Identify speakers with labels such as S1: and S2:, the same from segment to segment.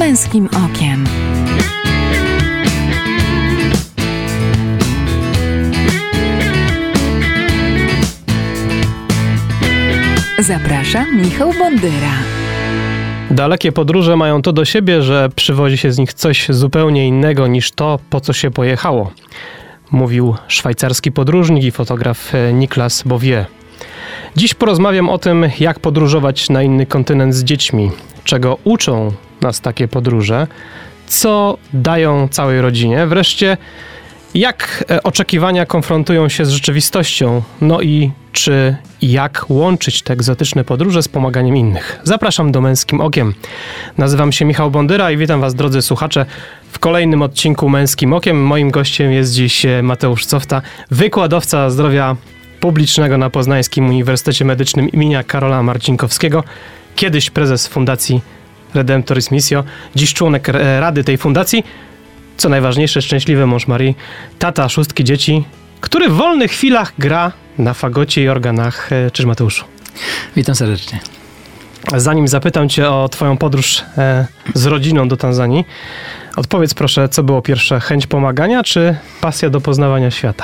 S1: Męskim okiem. Zaprasza Michał Bondyra.
S2: Dalekie podróże mają to do siebie, że przywozi się z nich coś zupełnie innego niż to, po co się pojechało. Mówił szwajcarski podróżnik i fotograf Niklas Bouvier. Dziś porozmawiam o tym, jak podróżować na inny kontynent z dziećmi, czego uczą nas takie podróże, co dają całej rodzinie, wreszcie jak oczekiwania konfrontują się z rzeczywistością, no i czy i jak łączyć te egzotyczne podróże z pomaganiem innych. Zapraszam do Męskim Okiem. Nazywam się Michał Bondyra i witam Was, drodzy słuchacze, w kolejnym odcinku Męskim Okiem. Moim gościem jest dziś Mateusz Cofta, wykładowca zdrowia publicznego na Poznańskim Uniwersytecie Medycznym imienia Karola Marcinkowskiego, kiedyś prezes Fundacji Redemptoris Missio, dziś członek rady tej fundacji, co najważniejsze, szczęśliwy mąż Marii, tata 6 dzieci, który w wolnych chwilach gra na fagocie i organach. Cześć Mateuszu.
S3: Witam serdecznie.
S2: Zanim zapytam Cię o Twoją podróż z rodziną do Tanzanii, odpowiedz proszę, co było pierwsze, chęć pomagania czy pasja do poznawania świata?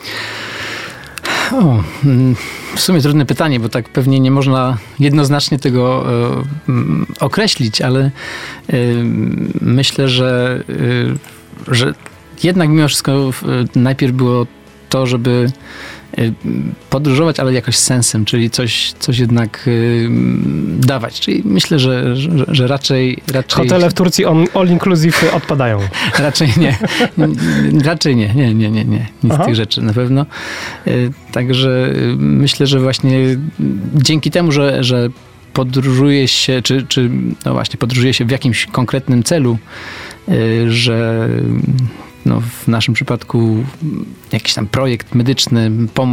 S3: W sumie trudne pytanie, bo tak pewnie nie można jednoznacznie tego określić, ale myślę, że jednak mimo wszystko najpierw było to, żeby podróżować, ale jakoś z sensem, czyli coś jednak dawać. Czyli myślę, że raczej...
S2: Hotele w Turcji all inclusive odpadają.
S3: Raczej nie. Raczej nie. Nic z tych rzeczy na pewno. Także myślę, że właśnie dzięki temu, że podróżuje się, czy no właśnie podróżuje się w jakimś konkretnym celu, że no w naszym przypadku jakiś tam projekt medyczny,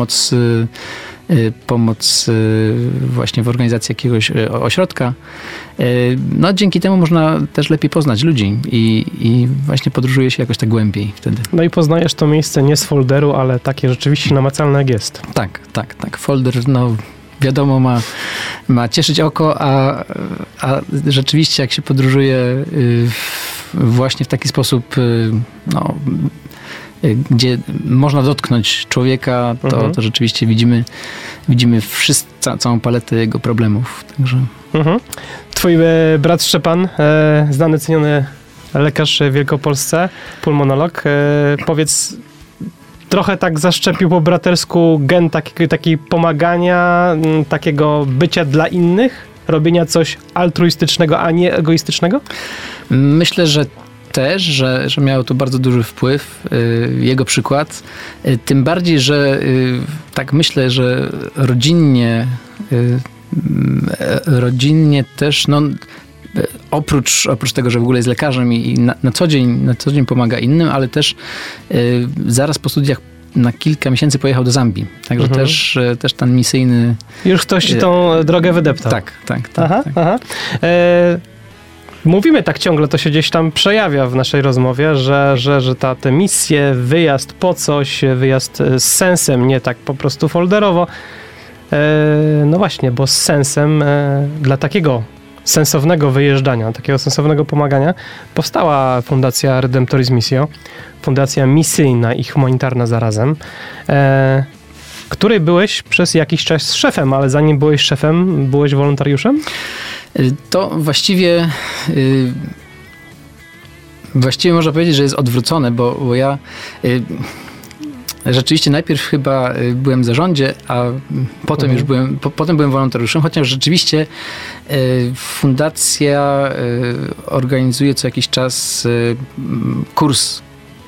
S3: pomoc właśnie w organizacji jakiegoś ośrodka. No dzięki temu można też lepiej poznać ludzi i właśnie podróżuje się jakoś tak głębiej wtedy.
S2: No i poznajesz to miejsce nie z folderu, ale takie rzeczywiście namacalne jak jest.
S3: Tak. Folder, no wiadomo, ma cieszyć oko, a rzeczywiście jak się podróżuje właśnie w taki sposób, no, gdzie można dotknąć człowieka, to rzeczywiście widzimy całą paletę jego problemów. Także.
S2: Twój brat Szczepan, znany, ceniony lekarz w Wielkopolsce, pulmonolog, powiedz, trochę tak zaszczepił po bratersku gen takiego pomagania, takiego bycia dla innych, robienia coś altruistycznego, a nie egoistycznego?
S3: Myślę, że też, że miało to bardzo duży wpływ, jego przykład. Tym bardziej, że tak myślę, że rodzinnie też, no oprócz tego, że w ogóle jest lekarzem i na co dzień pomaga innym, ale też zaraz po studiach na kilka miesięcy pojechał do Zambii. Także też ten misyjny...
S2: Już ktoś ci tą drogę wydeptał.
S3: Tak.
S2: Aha. Mówimy tak ciągle, to się gdzieś tam przejawia w naszej rozmowie, że te misje, wyjazd po coś, wyjazd z sensem, nie tak po prostu folderowo. No właśnie, bo z sensem dla takiego sensownego wyjeżdżania, takiego sensownego pomagania powstała Fundacja Redemptoris Missio, fundacja misyjna i humanitarna zarazem, której byłeś przez jakiś czas szefem, ale zanim byłeś szefem, byłeś wolontariuszem?
S3: To właściwie można powiedzieć, że jest odwrócone, bo ja rzeczywiście najpierw chyba byłem w zarządzie, a potem już potem byłem wolontariuszem, chociaż rzeczywiście fundacja organizuje co jakiś czas kurs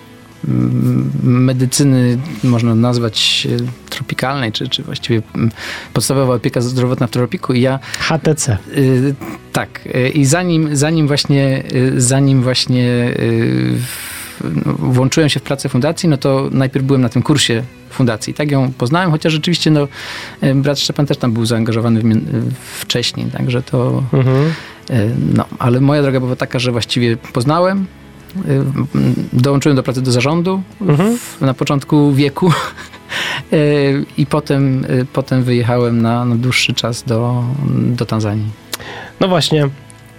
S3: medycyny, można nazwać tropikalnej, czy właściwie podstawowa opieka zdrowotna w tropiku. I ja
S2: HTC.
S3: Tak. I zanim właśnie włączyłem się w pracę fundacji, no to najpierw byłem na tym kursie fundacji. Tak ją poznałem, chociaż rzeczywiście no, brat Szczepan też tam był zaangażowany wcześniej, także to... No, ale moja droga była taka, że właściwie poznałem, dołączyłem do pracy do zarządu na początku wieku i potem wyjechałem na dłuższy czas do Tanzanii.
S2: No właśnie,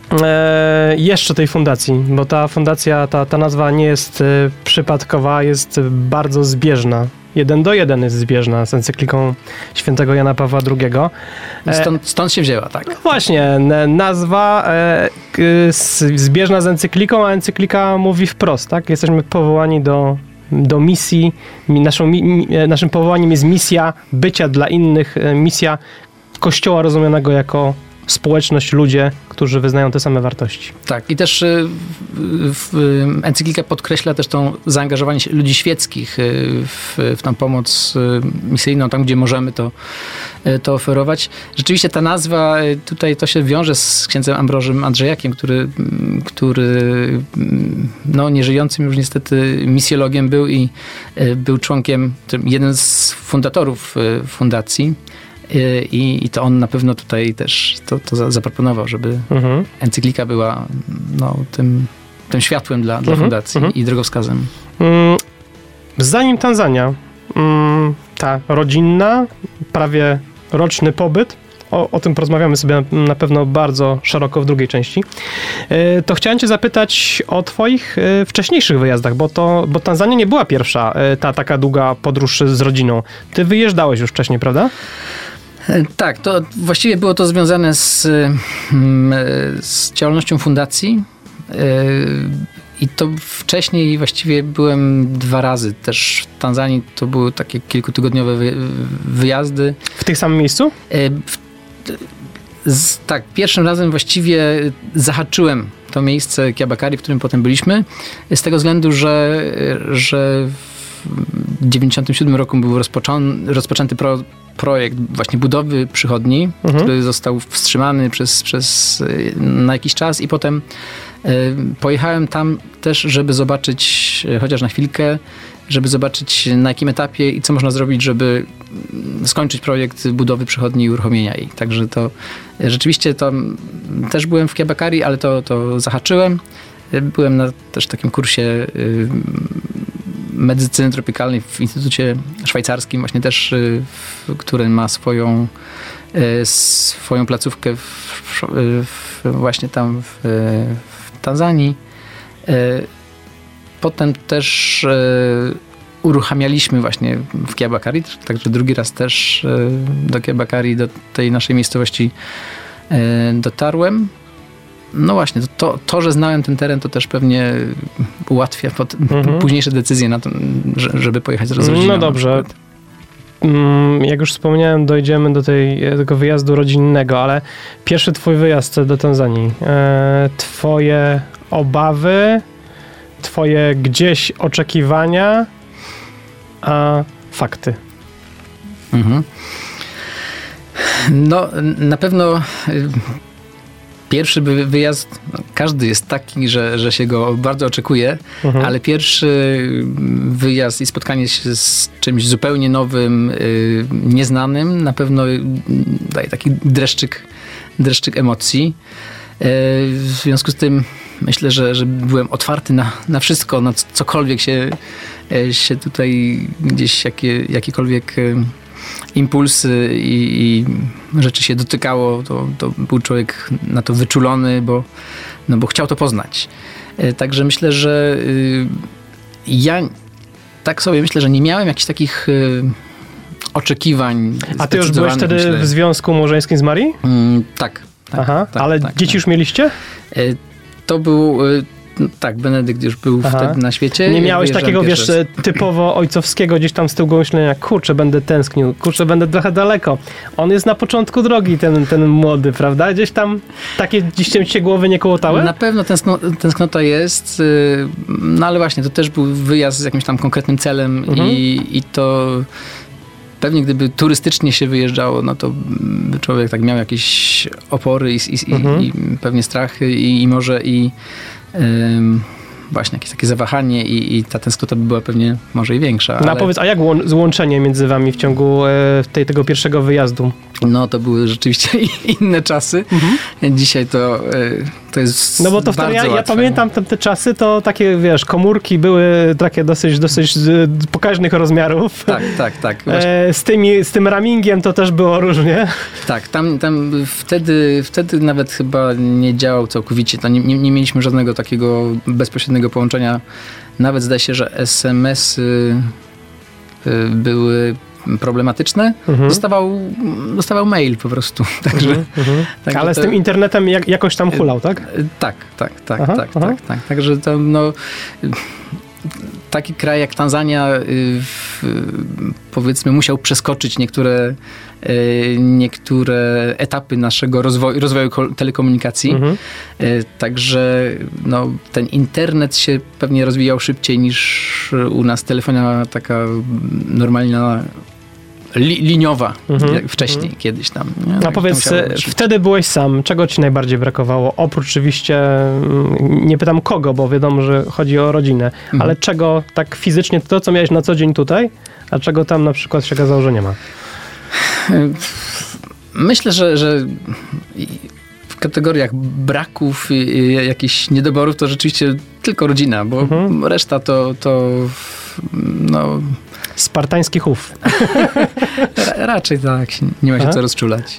S2: jeszcze tej fundacji, bo ta fundacja, ta nazwa nie jest przypadkowa, jest bardzo zbieżna. 1:1 jest zbieżna z encykliką świętego Jana Pawła II.
S3: Stąd się wzięła, tak.
S2: No właśnie, nazwa zbieżna z encykliką, a encyklika mówi wprost, tak? Jesteśmy powołani do misji. Naszym powołaniem jest misja bycia dla innych, misja Kościoła rozumianego jako społeczność, ludzie, którzy wyznają te same wartości.
S3: Tak, i też encyklika podkreśla też to zaangażowanie ludzi świeckich w tą pomoc misyjną, tam gdzie możemy to oferować. Rzeczywiście ta nazwa, tutaj to się wiąże z księdzem Ambrożym Andrzejakiem, który no, nieżyjącym już niestety misjologiem był i był członkiem, jeden z fundatorów fundacji. I to on na pewno tutaj też to zaproponował, żeby encyklika była no, tym światłem dla fundacji i drogowskazem.
S2: Zanim Tanzania, ta rodzinna, prawie roczny pobyt, o tym porozmawiamy sobie na pewno bardzo szeroko w drugiej części, to chciałem cię zapytać o twoich wcześniejszych wyjazdach, bo Tanzania nie była pierwsza ta taka długa podróż z rodziną. Ty wyjeżdżałeś już wcześniej, prawda?
S3: Tak, to właściwie było to związane z działalnością fundacji i to wcześniej właściwie byłem 2 razy też w Tanzanii. To były takie kilkutygodniowe wyjazdy.
S2: W tym samym miejscu?
S3: Tak, pierwszym razem właściwie zahaczyłem to miejsce Kiabakari, w którym potem byliśmy, z tego względu, że w 1997 roku był rozpoczęty projekt właśnie budowy przychodni, który został wstrzymany na jakiś czas i potem pojechałem tam też, żeby zobaczyć, chociaż na chwilkę, żeby zobaczyć na jakim etapie i co można zrobić, żeby skończyć projekt budowy przychodni i uruchomienia jej. Także to rzeczywiście to też byłem w Kiabakari, ale to zahaczyłem. Byłem na też takim kursie medycyny tropikalnej w Instytucie Szwajcarskim, właśnie też, który ma swoją placówkę właśnie tam w Tanzanii. Potem też uruchamialiśmy właśnie w Kiabakari, także drugi raz też do Kiabakari, do tej naszej miejscowości dotarłem. No właśnie, to, że znałem ten teren, to też pewnie ułatwia późniejsze decyzje na to, żeby pojechać z rodziną.
S2: No dobrze. Jak już wspomniałem, dojdziemy do tego wyjazdu rodzinnego, ale pierwszy twój wyjazd do Tanzanii. Twoje obawy, twoje gdzieś oczekiwania, a fakty.
S3: No, na pewno pierwszy wyjazd, każdy jest taki, że się go bardzo oczekuje, ale pierwszy wyjazd i spotkanie się z czymś zupełnie nowym, nieznanym, na pewno daje taki dreszczyk emocji. W związku z tym myślę, że byłem otwarty na wszystko, na cokolwiek się tutaj gdzieś, jakiekolwiek impulsy i rzeczy się dotykało, to był człowiek na to wyczulony, bo chciał to poznać. Także myślę, że ja tak sobie myślę, że nie miałem jakichś takich oczekiwań.
S2: A ty już byłeś wtedy w związku małżeńskim z Marii?
S3: Tak.
S2: Aha, ale dzieci już mieliście?
S3: To był... Tak, Benedykt już był wtedy na świecie.
S2: Nie miałeś takiego, wiesz, typowo ojcowskiego gdzieś tam z tyłu myślenia, kurczę, będę tęsknił, kurczę, będę trochę daleko. On jest na początku drogi, ten młody, prawda? Gdzieś tam takie gdzieś się głowy nie kołotały?
S3: Na pewno tęsknota jest, no ale właśnie, to też był wyjazd z jakimś tam konkretnym celem i to pewnie gdyby turystycznie się wyjeżdżało, no to by człowiek tak miał jakieś opory i pewnie strachy i może właśnie jakieś takie zawahanie i ta tęsknota by była pewnie może i większa.
S2: No ale... a powiedz, a jak złączenie między wami w ciągu tego pierwszego wyjazdu?
S3: No to były rzeczywiście inne czasy. Dzisiaj to jest
S2: No bo to wtedy ja pamiętam te czasy, to takie, wiesz, komórki były takie dosyć pokaźnych rozmiarów.
S3: Tak.
S2: Z tym ramingiem to też było różnie.
S3: Tak, tam wtedy nawet chyba nie działał całkowicie. To nie mieliśmy żadnego takiego bezpośredniego połączenia. Nawet zdaje się, że SMS-y były problematyczne, dostawał mail po prostu. Także,
S2: ale z tym internetem jakoś tam hulał, tak?
S3: Tak. Także to taki kraj jak Tanzania powiedzmy musiał przeskoczyć niektóre etapy naszego rozwoju telekomunikacji. Także ten internet się pewnie rozwijał szybciej niż u nas telefonia taka normalna liniowa, jak wcześniej, kiedyś tam. Nie?
S2: A powiedz, wtedy byłeś sam. Czego ci najbardziej brakowało? Oprócz oczywiście, nie pytam kogo, bo wiadomo, że chodzi o rodzinę, ale czego tak fizycznie, to co miałeś na co dzień tutaj, a czego tam na przykład się okazało, że nie ma?
S3: Myślę, że w kategoriach braków i jakichś niedoborów to rzeczywiście tylko rodzina, bo reszta to
S2: spartański chów.
S3: Raczej tak, nie ma się co rozczulać.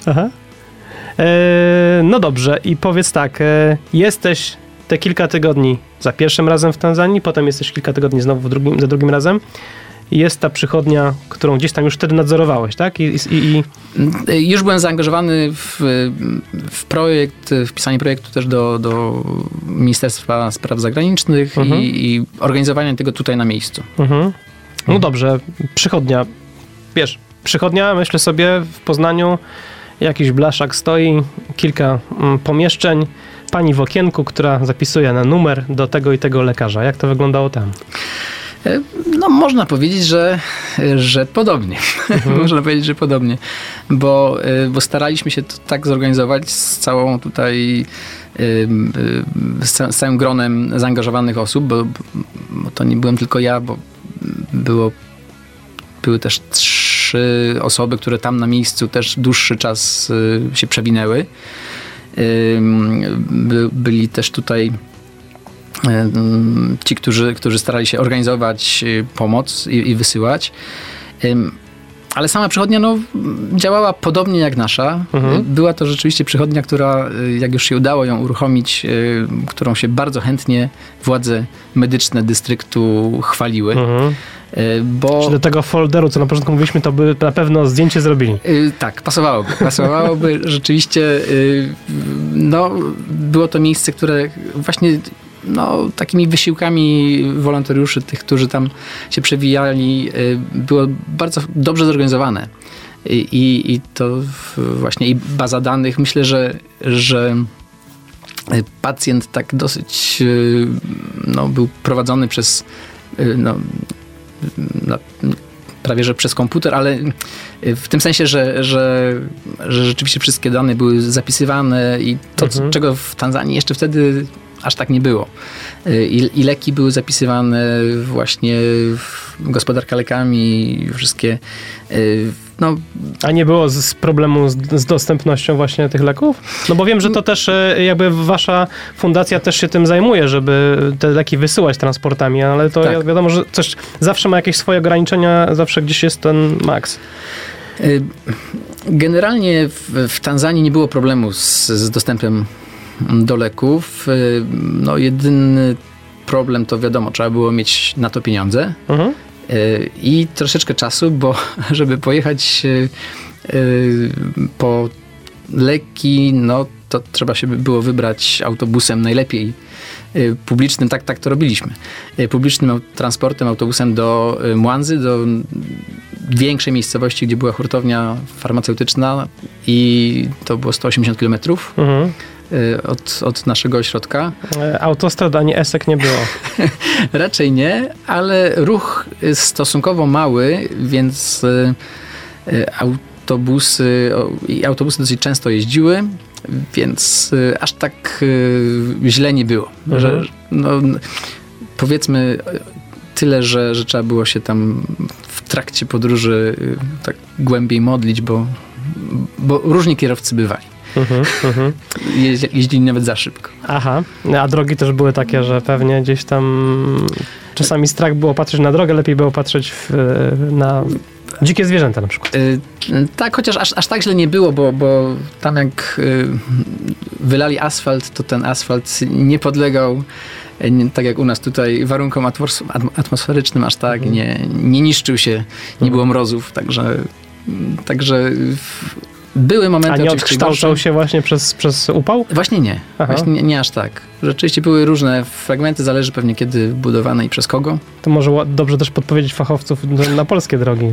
S2: No dobrze, i powiedz tak, jesteś te kilka tygodni za pierwszym razem w Tanzanii, potem jesteś kilka tygodni znowu za drugim razem. Jest ta przychodnia, którą gdzieś tam już wtedy nadzorowałeś, tak?
S3: Już byłem zaangażowany w projekt, w pisanie projektu też do Ministerstwa Spraw Zagranicznych i organizowanie tego tutaj na miejscu.
S2: No dobrze, przychodnia. Wiesz, przychodnia, myślę sobie, w Poznaniu jakiś blaszak stoi, kilka pomieszczeń, pani w okienku, która zapisuje na numer do tego i tego lekarza. Jak to wyglądało tam?
S3: No można powiedzieć, że podobnie. Można powiedzieć, że podobnie. Bo staraliśmy się to tak zorganizować z całą tutaj z całym gronem zaangażowanych osób, bo to nie byłem tylko ja, bo były też 3 osoby, które tam na miejscu też dłuższy czas się przewinęły. Byli też tutaj ci, którzy starali się organizować pomoc i wysyłać. Ale sama przychodnia działała podobnie jak nasza. Była to rzeczywiście przychodnia, która, jak już się udało ją uruchomić, którą się bardzo chętnie władze medyczne dystryktu chwaliły.
S2: Czy do tego folderu, co na początku mówiliśmy, to by na pewno zdjęcie zrobili.
S3: Tak, pasowałoby. Pasowałoby rzeczywiście. Było to miejsce, które właśnie takimi wysiłkami wolontariuszy, tych, którzy tam się przewijali, było bardzo dobrze zorganizowane. I to właśnie i baza danych. Myślę, że pacjent tak dosyć był prowadzony przez prawie że przez komputer, ale w tym sensie, że rzeczywiście wszystkie dane były zapisywane i to, czego w Tanzanii jeszcze wtedy aż tak nie było. I leki były zapisywane, właśnie gospodarka lekami, wszystkie.
S2: A nie było problemu z dostępnością właśnie tych leków? No bo wiem, że to też jakby wasza fundacja też się tym zajmuje, żeby te leki wysyłać transportami, ale to tak. Wiadomo, że coś zawsze ma jakieś swoje ograniczenia, zawsze gdzieś jest ten maks.
S3: Generalnie w Tanzanii nie było problemu z dostępem do leków. Jedyny problem to wiadomo, trzeba było mieć na to pieniądze i troszeczkę czasu, bo żeby pojechać po leki, to trzeba się było wybrać autobusem, najlepiej publicznym, tak to robiliśmy. Publicznym transportem, autobusem do Mwanzy, do większej miejscowości, gdzie była hurtownia farmaceutyczna i to było 180 km. Od naszego ośrodka.
S2: Autostrad ani esek nie było.
S3: Raczej nie, ale ruch jest stosunkowo mały, więc autobusy dosyć często jeździły, więc aż tak źle nie było. Że, powiedzmy tyle, że trzeba było się tam w trakcie podróży tak głębiej modlić, bo bo różni kierowcy bywali. Jeździli nawet za szybko.
S2: Aha, a drogi też były takie, że pewnie gdzieś tam czasami strach było patrzeć na drogę, lepiej było patrzeć na dzikie zwierzęta na przykład.
S3: Tak, chociaż aż tak źle nie było, bo tam jak wylali asfalt, to ten asfalt nie podlegał, tak jak u nas tutaj, warunkom atmosferycznym aż tak, nie niszczył się, nie było mrozów, także były momenty
S2: oczywiście. A nie
S3: oczywiście
S2: odkształcał
S3: gorsze.
S2: się właśnie przez upał?
S3: Właśnie nie.
S2: Aha.
S3: Właśnie nie aż tak. Rzeczywiście były różne fragmenty, zależy pewnie kiedy budowane i przez kogo.
S2: To może dobrze też podpowiedzieć fachowców na polskie drogi.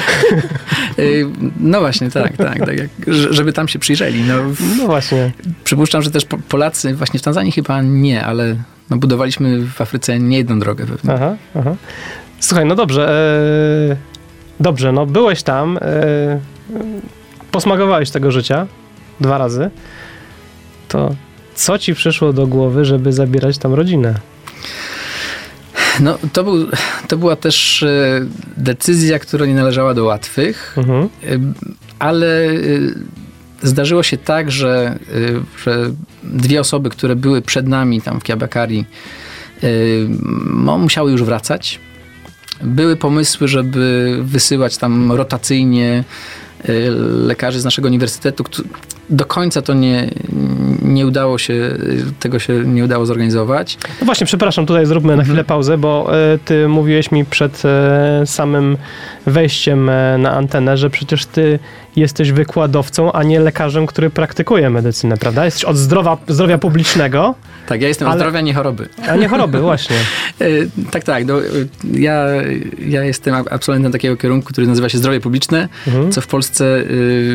S3: No właśnie, tak, żeby tam się przyjrzeli.
S2: No właśnie.
S3: Przypuszczam, że też Polacy, właśnie w Tanzanii chyba nie, ale budowaliśmy w Afryce nie jedną drogę pewnie.
S2: Aha. Słuchaj, no dobrze. Dobrze, no byłeś tam, posmakowałeś tego życia 2 razy. To co ci przyszło do głowy, żeby zabierać tam rodzinę?
S3: No, to była też decyzja, która nie należała do łatwych, ale zdarzyło się tak, że 2 osoby, które były przed nami tam w Kiabakari, musiały już wracać. Były pomysły, żeby wysyłać tam rotacyjnie lekarzy z naszego uniwersytetu. Do końca to nie udało się, tego się nie udało zorganizować.
S2: No właśnie, przepraszam, tutaj zróbmy na chwilę pauzę, bo ty mówiłeś mi przed samym wejściem na antenę, że przecież ty jesteś wykładowcą, a nie lekarzem, który praktykuje medycynę, prawda? Jesteś od zdrowia publicznego.
S3: Tak, ja jestem od zdrowia, nie choroby.
S2: A nie choroby, właśnie.
S3: Tak. No, ja jestem absolwentem takiego kierunku, który nazywa się zdrowie publiczne, co w Polsce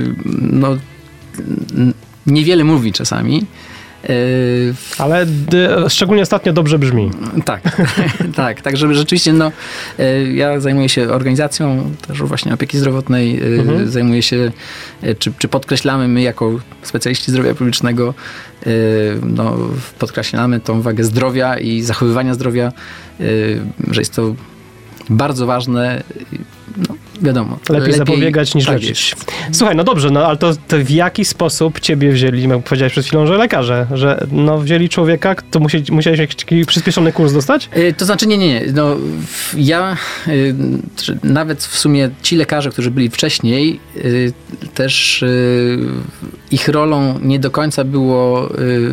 S3: niewiele mówi czasami.
S2: Ale szczególnie ostatnio dobrze brzmi.
S3: Tak, żeby rzeczywiście, ja zajmuję się organizacją też właśnie opieki zdrowotnej, zajmuję się, czy podkreślamy my jako specjaliści zdrowia publicznego, podkreślamy tą wagę zdrowia i zachowywania zdrowia, że jest to bardzo ważne. Wiadomo.
S2: Lepiej zapobiegać niż leczyć. Słuchaj, no dobrze, ale to w jaki sposób ciebie wzięli, jak powiedziałeś przed chwilą, że lekarze, że wzięli człowieka, to musiałeś jakiś przyspieszony kurs dostać?
S3: To znaczy nie. Ja, nawet w sumie ci lekarze, którzy byli wcześniej, też ich rolą nie do końca było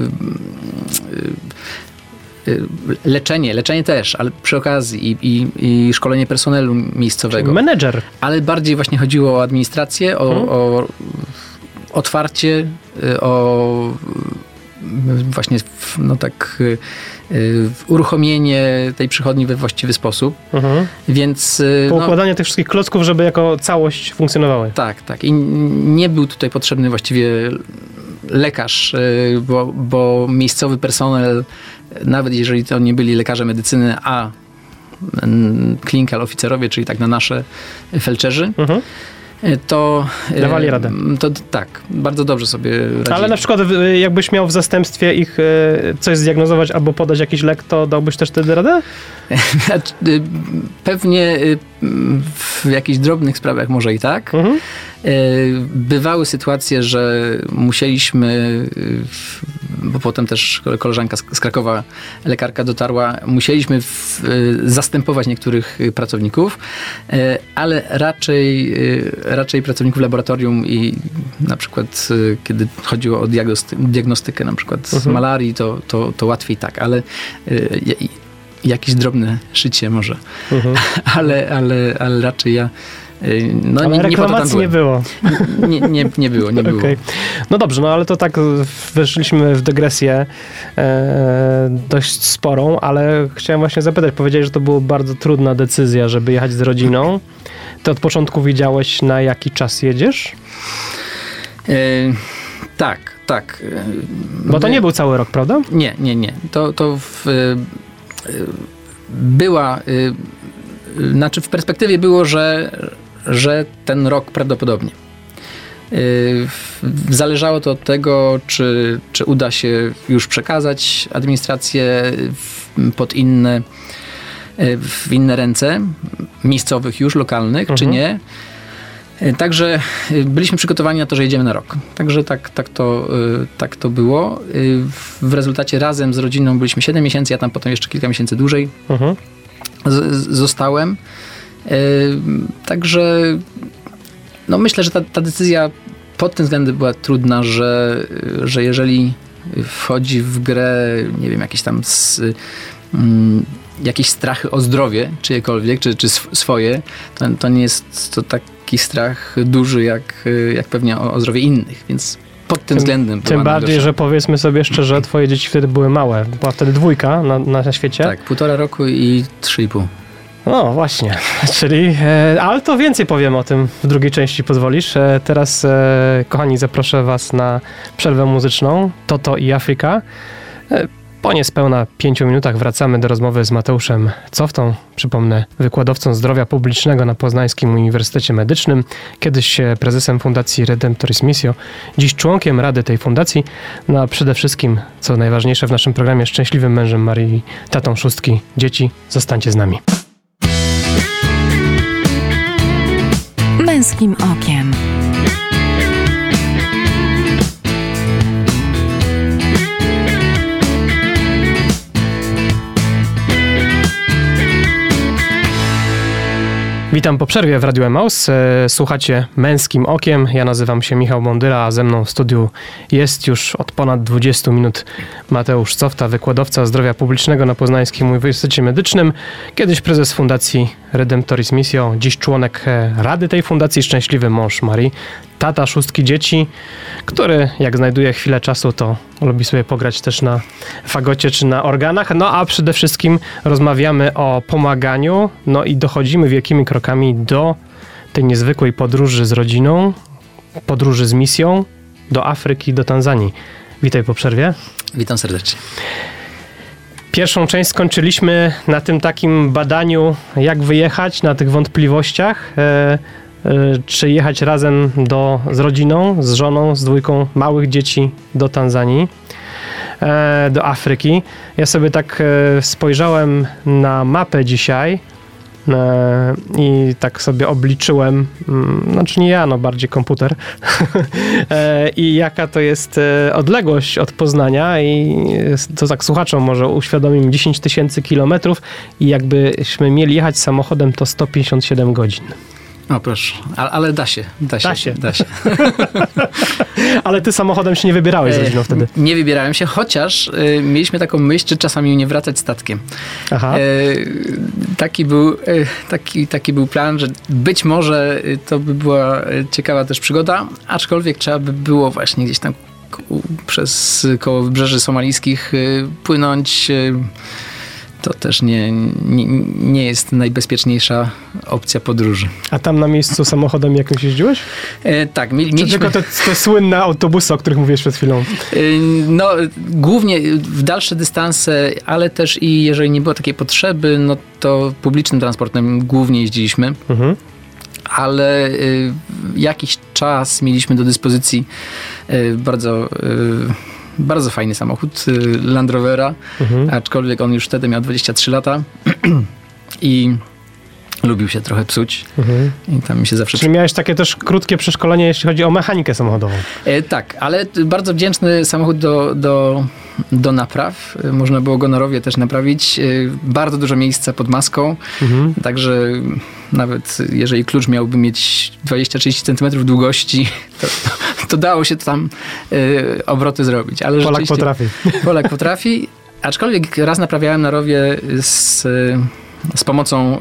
S3: leczenie też, ale przy okazji i szkolenie personelu miejscowego.
S2: Czyli menedżer.
S3: Ale bardziej właśnie chodziło o administrację, o otwarcie, o właśnie uruchomienie tej przychodni we właściwy sposób. Więc
S2: poukładanie tych wszystkich klocków, żeby jako całość funkcjonowały.
S3: Tak. I nie był tutaj potrzebny właściwie lekarz, bo miejscowy personel, nawet jeżeli to nie byli lekarze medycyny, a clinical oficerowie, czyli tak na nasze felczerzy, to
S2: dawali radę.
S3: To tak, bardzo dobrze sobie radzili.
S2: Ale na przykład jakbyś miał w zastępstwie ich coś zdiagnozować albo podać jakiś lek, to dałbyś też wtedy radę?
S3: Pewnie w jakichś drobnych sprawach może i tak. Bywały sytuacje, że musieliśmy, bo potem też koleżanka z Krakowa, lekarka dotarła, musieliśmy zastępować niektórych pracowników, ale raczej pracowników laboratorium i na przykład kiedy chodziło o diagnostykę na przykład z malarii, to łatwiej tak, ale jakieś drobne szycie może. Ale raczej ja
S2: ale reklamacji nie było.
S3: Nie było.
S2: Okay. No dobrze, ale to tak weszliśmy w dygresję dość sporą, ale chciałem właśnie zapytać, powiedziałeś, że to była bardzo trudna decyzja, żeby jechać z rodziną. Ty od początku wiedziałeś, na jaki czas jedziesz?
S3: Tak.
S2: Bo to nie był cały rok, prawda?
S3: Nie. Była... Znaczy w perspektywie było, że ten rok prawdopodobnie. Zależało to od tego, czy uda się już przekazać administrację w inne ręce, miejscowych już, lokalnych, czy nie. Także byliśmy przygotowani na to, że jedziemy na rok. Także tak to było. W rezultacie razem z rodziną byliśmy 7 miesięcy, ja tam potem jeszcze kilka miesięcy dłużej zostałem. Także no myślę, że ta decyzja pod tym względem była trudna, że jeżeli wchodzi w grę, nie wiem, jakieś strachy o zdrowie czyjekolwiek, czy swoje, to nie jest to taki strach duży jak pewnie o zdrowie innych, więc pod tym względem
S2: Tym bardziej, że powiedzmy sobie szczerze, twoje dzieci wtedy były małe. Była wtedy 2 na świecie.
S3: Tak, 1,5 roku i 3,5.
S2: No właśnie, czyli, ale to więcej powiem o tym w drugiej części, pozwolisz. Teraz, kochani, zaproszę was na przerwę muzyczną, Toto i Afryka. Po niespełna 5 minutach wracamy do rozmowy z Mateuszem Coftą, przypomnę, wykładowcą zdrowia publicznego na Poznańskim Uniwersytecie Medycznym, kiedyś prezesem Fundacji Redemptoris Missio, dziś członkiem rady tej fundacji, no a przede wszystkim, co najważniejsze w naszym programie, szczęśliwym mężem Marii, tatą 6 dzieci. Zostańcie z nami.
S1: Męskim okiem.
S2: Witam po przerwie w Radiu Emaus. Słuchacie Męskim Okiem. Ja nazywam się Michał Bondyra, a ze mną w studiu jest już od ponad 20 minut Mateusz Cofta, wykładowca zdrowia publicznego na Poznańskim Uniwersytecie Medycznym, kiedyś prezes Fundacji Redemptoris Missio, dziś członek rady tej fundacji, szczęśliwy mąż Marii, tata 6 dzieci, który jak znajduje chwilę czasu, to lubi sobie pograć też na fagocie czy na organach. No a przede wszystkim rozmawiamy o pomaganiu, no i dochodzimy wielkimi krokami do tej niezwykłej podróży z rodziną, podróży z misją do Afryki, do Tanzanii. Witaj po przerwie.
S3: Witam serdecznie.
S2: Pierwszą część skończyliśmy na tym takim badaniu, jak wyjechać, na tych wątpliwościach. Czy jechać razem z rodziną, z żoną, z 2 małych dzieci do Tanzanii, do Afryki. Ja sobie tak spojrzałem na mapę dzisiaj i tak sobie obliczyłem, znaczy nie ja, no bardziej komputer, i jaka to jest odległość od Poznania i to tak słuchaczom może uświadomim 10 000 kilometrów i jakbyśmy mieli jechać samochodem, to 157 godzin.
S3: O proszę, ale da się.
S2: Ale ty samochodem się nie wybierałeś z rodziną wtedy?
S3: Nie wybierałem się, chociaż mieliśmy taką myśl, czy czasami nie wracać statkiem.
S2: Aha.
S3: Taki był plan, że być może to by była ciekawa też przygoda, aczkolwiek trzeba by było właśnie gdzieś tam koło wybrzeży somalijskich płynąć. To też nie jest najbezpieczniejsza opcja podróży.
S2: A tam na miejscu samochodem jakimś jeździłeś?
S3: Tak,
S2: Czy tylko te słynne autobusy, o których mówiłeś przed chwilą?
S3: No, głównie w dalsze dystanse, ale też i jeżeli nie było takiej potrzeby, no to publicznym transportem głównie jeździliśmy. Mhm. Ale jakiś czas mieliśmy do dyspozycji bardzo fajny samochód Land Rovera, aczkolwiek on już wtedy miał 23 lata i lubił się trochę psuć. I tam mi się zawsze...
S2: Czyli miałeś takie też krótkie przeszkolenie, jeśli chodzi o mechanikę samochodową.
S3: Tak, ale bardzo wdzięczny samochód do napraw. Można było go na rowie też naprawić. Bardzo dużo miejsca pod maską, także nawet jeżeli klucz miałby mieć 20-30 cm długości, to dało się tam obroty zrobić. Ale Polak potrafi. Aczkolwiek raz naprawiałem na rowie z pomocą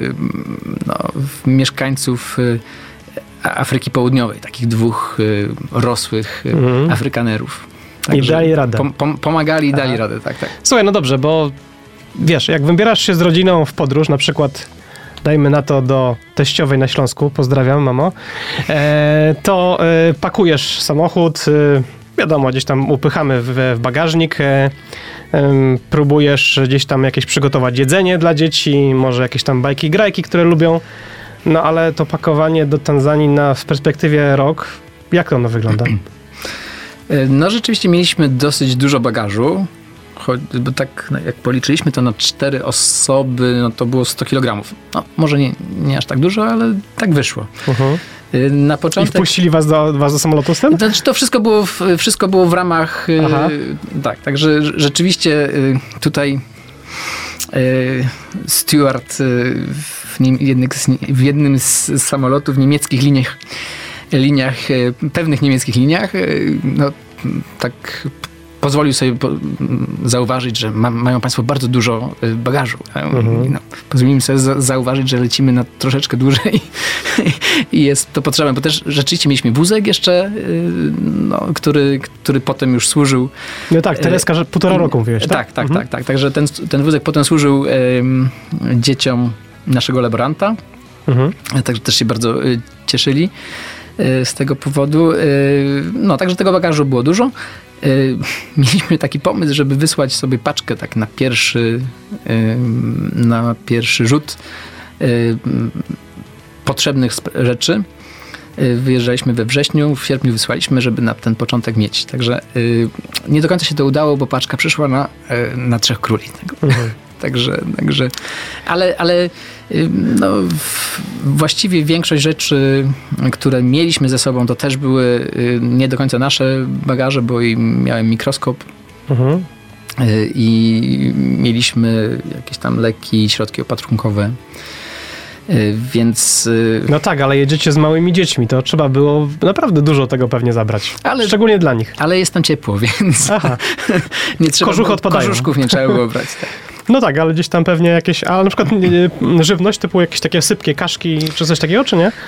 S3: mieszkańców Afryki Południowej, takich 2 rosłych Afrykanerów.
S2: Także i dali radę.
S3: Pomagali i dali radę, tak.
S2: Słuchaj, no dobrze, bo wiesz, jak wybierasz się z rodziną w podróż, na przykład dajmy na to do teściowej na Śląsku, pozdrawiam mamo, to pakujesz samochód, wiadomo, gdzieś tam upychamy w bagażnik, próbujesz gdzieś tam jakieś przygotować jedzenie dla dzieci, może jakieś tam bajki, grajki, które lubią, no ale to pakowanie do Tanzanii w perspektywie rok, jak ono wygląda?
S3: No rzeczywiście mieliśmy dosyć dużo bagażu, bo tak jak policzyliśmy to na 4 osoby, no to było 100 kg. No może nie aż tak dużo, ale tak wyszło. Na początek...
S2: I wpuścili was do samolotu z tym?
S3: Znaczy, to wszystko było w ramach... Tak, także rzeczywiście tutaj steward w jednym z samolotów, niemieckich pewnych niemieckich liniach, no tak pozwolił sobie zauważyć, że mają państwo bardzo dużo bagażu. No, pozwolimy sobie zauważyć, że lecimy na troszeczkę dłużej i jest to potrzebne, bo też rzeczywiście mieliśmy wózek jeszcze, no, który potem już służył. No tak,
S2: Tereska, że 1,5 roku mówiłeś, tak?
S3: Tak. Także ten wózek potem służył dzieciom naszego laboranta. Także też się bardzo cieszyli z tego powodu. No, także tego bagażu było dużo. Mieliśmy taki pomysł, żeby wysłać sobie paczkę tak na pierwszy rzut potrzebnych rzeczy. Wyjeżdżaliśmy we wrześniu, w sierpniu wysłaliśmy, żeby na ten początek mieć. Także nie do końca się to udało, bo paczka przyszła na 3 króli. Także, ale no, właściwie większość rzeczy, które mieliśmy ze sobą, to też były nie do końca nasze bagaże, bo miałem mikroskop i mieliśmy jakieś tam leki, środki opatrunkowe. Więc...
S2: No tak, ale jedziecie z małymi dziećmi, to trzeba było naprawdę dużo tego pewnie zabrać. Szczególnie dla nich.
S3: Ale jest tam ciepło, więc nie trzeba korzuszków nie trzeba było brać. Tak.
S2: No tak, ale gdzieś tam pewnie jakieś, ale na przykład żywność typu jakieś takie sypkie kaszki, czy coś takiego, czy nie?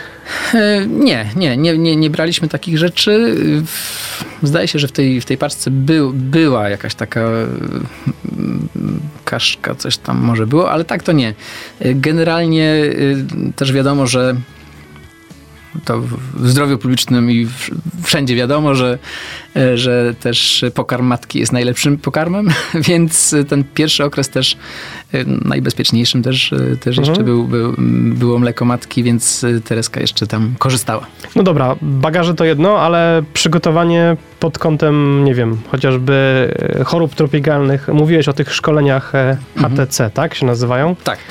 S3: Nie braliśmy takich rzeczy. Zdaje się, że w tej paczce była jakaś taka kaszka, coś tam może było, ale tak to nie. Generalnie też wiadomo, że to w zdrowiu publicznym i wszędzie wiadomo, że też pokarm matki jest najlepszym pokarmem, więc ten pierwszy okres też najbezpieczniejszym też jeszcze było mleko matki, więc Tereska jeszcze tam korzystała.
S2: No dobra, bagaże to jedno, ale przygotowanie pod kątem, nie wiem, chociażby chorób tropikalnych. Mówiłeś o tych szkoleniach HTC, tak się nazywają?
S3: Tak.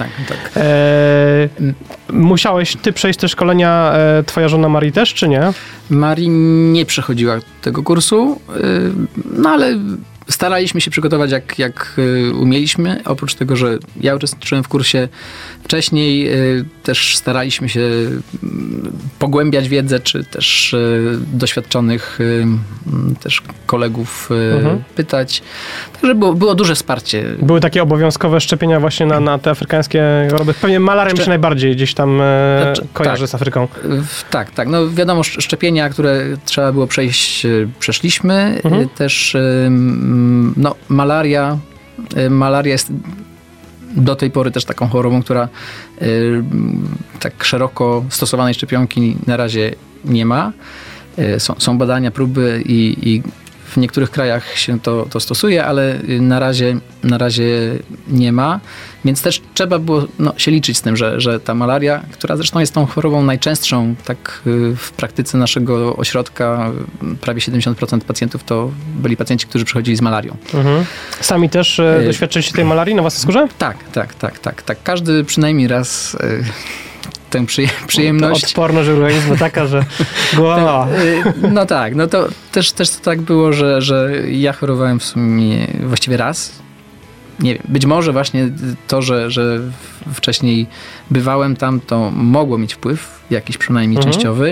S2: Musiałeś ty przejść te szkolenia, twoja żona Marii też, czy nie?
S3: Marii nie przechodziła tego kursu, no ale staraliśmy się przygotować jak umieliśmy. Oprócz tego, że ja uczestniczyłem w kursie wcześniej, też staraliśmy się pogłębiać wiedzę, czy też doświadczonych też kolegów pytać. Także było duże wsparcie.
S2: Były takie obowiązkowe szczepienia właśnie na te afrykańskie choroby. Pewnie malarią się najbardziej gdzieś tam kojarzy z Afryką. Tak.
S3: No wiadomo, szczepienia, które trzeba było przejść, przeszliśmy. Też no, malaria jest do tej pory też taką chorobą, która tak szeroko stosowanej szczepionki na razie nie ma. Są badania, próby i w niektórych krajach się to stosuje, ale na razie nie ma. Więc też trzeba było się liczyć z tym, że ta malaria, która zresztą jest tą chorobą najczęstszą, tak w praktyce naszego ośrodka prawie 70% pacjentów to byli pacjenci, którzy przychodzili z malarią.
S2: Sami też doświadczyliście tej malarii na własnej skórze?
S3: Tak. Każdy przynajmniej raz tę przyjemność.
S2: Odporność organizmu taka, że głowa.
S3: No tak, no to też to tak było, że ja chorowałem w sumie właściwie raz. Nie wiem, być może właśnie to, że wcześniej bywałem tam, to mogło mieć wpływ, jakiś przynajmniej częściowy.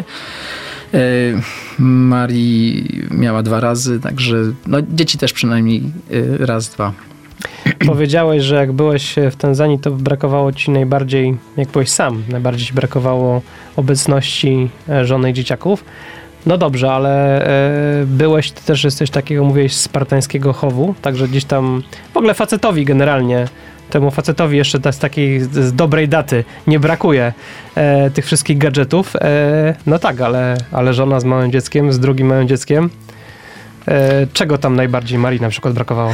S3: Marii miała 2 razy, także no, dzieci też przynajmniej raz, 2.
S2: Powiedziałeś, że jak byłeś w Tanzanii, to brakowało ci najbardziej, jak byłeś sam, najbardziej ci brakowało obecności żony i dzieciaków. No dobrze, ale byłeś, ty też jesteś takiego, mówiłeś, spartańskiego chowu, także gdzieś tam, w ogóle facetowi generalnie, temu facetowi jeszcze z takiej z dobrej daty nie brakuje tych wszystkich gadżetów. No tak, ale żona z małym dzieckiem, z drugim małym dzieckiem. Czego tam najbardziej Marii na przykład brakowało?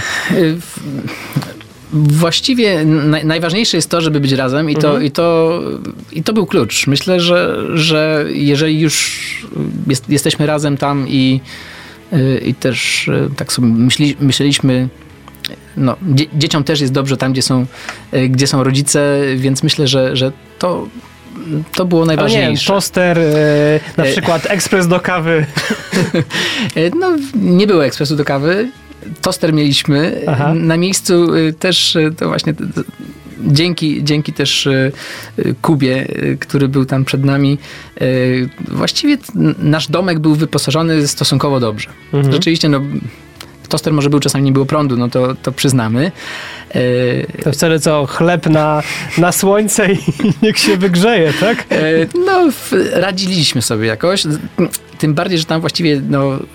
S3: Właściwie najważniejsze jest to, żeby być razem i to był klucz. Myślę, że jeżeli już jesteśmy razem tam i też tak sobie myśleliśmy, no, dzieciom też jest dobrze tam, gdzie są rodzice, więc myślę, że to to było najważniejsze.
S2: Ale nie, toster, na przykład ekspres do kawy.
S3: No, nie było ekspresu do kawy. Toster mieliśmy.
S2: Aha.
S3: Na miejscu też to właśnie dzięki też Kubie, który był tam przed nami, właściwie nasz domek był wyposażony stosunkowo dobrze. Rzeczywiście, no, toster może był, czasami nie było prądu, no to przyznamy.
S2: To wtedy co, chleb na słońce i niech się wygrzeje, tak?
S3: No, radziliśmy sobie jakoś. Tym bardziej, że tam właściwie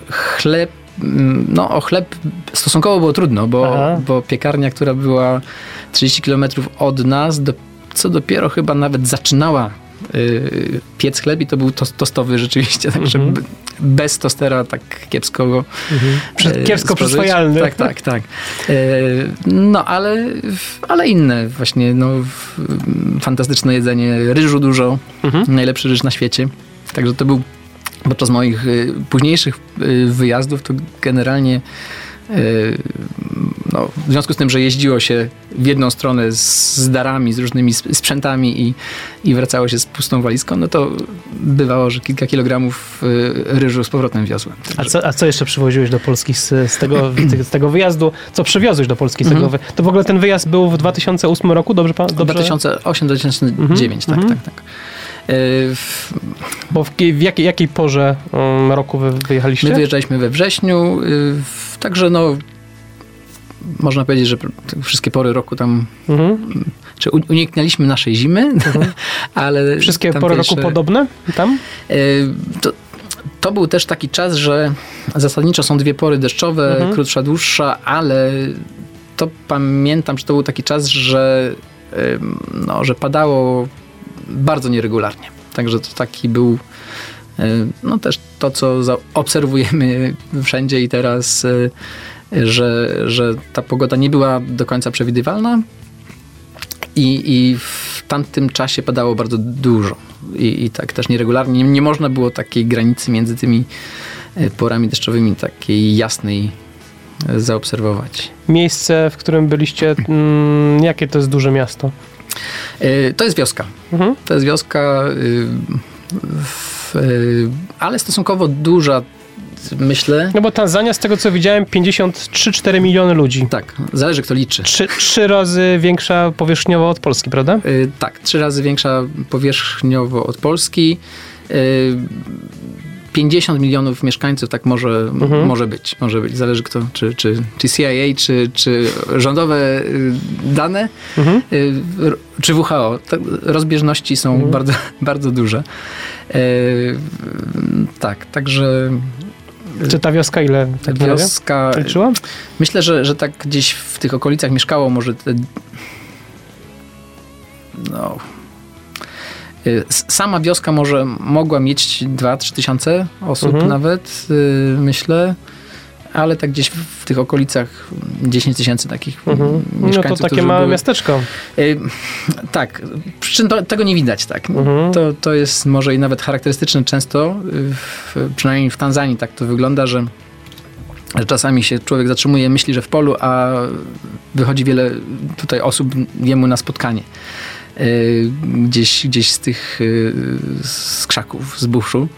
S3: o chleb stosunkowo było trudno, bo piekarnia, która była 30 km od nas, co dopiero chyba nawet zaczynała piec chleb i to był tostowy rzeczywiście, także bez tostera tak kiepsko go
S2: kiepsko przyswajalny.
S3: Tak. No, ale inne właśnie, no, fantastyczne jedzenie, ryżu dużo, najlepszy ryż na świecie, także to był podczas moich późniejszych wyjazdów to generalnie no, w związku z tym, że jeździło się w jedną stronę z darami, z różnymi sprzętami i wracało się z pustą walizką, no to bywało, że kilka kilogramów ryżu z powrotem wiozłem.
S2: A co jeszcze przywoziłeś do Polski z tego wyjazdu? Co przywiozłeś do Polski z tego To w ogóle ten wyjazd był w 2008 roku, dobrze?
S3: 2008-2009, tak.
S2: Bo w jakiej porze roku wy wyjechaliście?
S3: My wyjeżdżaliśmy we wrześniu, także no można powiedzieć, że wszystkie pory roku tam czy uniknęliśmy naszej zimy, ale
S2: wszystkie pory roku podobne tam?
S3: To był też taki czas, że zasadniczo są dwie pory deszczowe, krótsza, dłuższa, ale to pamiętam, że to był taki czas, że padało bardzo nieregularnie. Także to taki był no też to, co obserwujemy wszędzie i teraz, że ta pogoda nie była do końca przewidywalna i w tamtym czasie padało bardzo dużo i tak też nieregularnie. Nie można było takiej granicy między tymi porami deszczowymi takiej jasnej zaobserwować.
S2: Miejsce, w którym byliście, jakie to jest duże miasto?
S3: To jest wioska. To jest wioska, ale stosunkowo duża, myślę.
S2: No bo Tanzania, z tego co widziałem, 53-4 miliony ludzi.
S3: Tak, zależy kto liczy.
S2: 3 razy większa powierzchniowo od Polski, prawda?
S3: Tak, 3 razy większa powierzchniowo od Polski. 50 milionów mieszkańców, tak może być. Zależy kto, czy CIA, czy rządowe dane, czy WHO. Rozbieżności są bardzo, bardzo duże. Tak, także...
S2: Czy ta wioska ile?
S3: Ta wioska...
S2: Liczyła?
S3: Myślę, że tak gdzieś w tych okolicach mieszkało może... Sama wioska mogła mieć 2-3 tysiące osób nawet, myślę, ale tak gdzieś w tych okolicach 10 tysięcy takich mieszkańców.
S2: No to takie małe miasteczko.
S3: Tak, przy czym tego nie widać, tak. To jest może i nawet charakterystyczne często, przynajmniej w Tanzanii tak to wygląda, że czasami się człowiek zatrzymuje, myśli, że w polu, a wychodzi wiele tutaj osób jemu na spotkanie. Gdzieś z tych z krzaków, z buszu.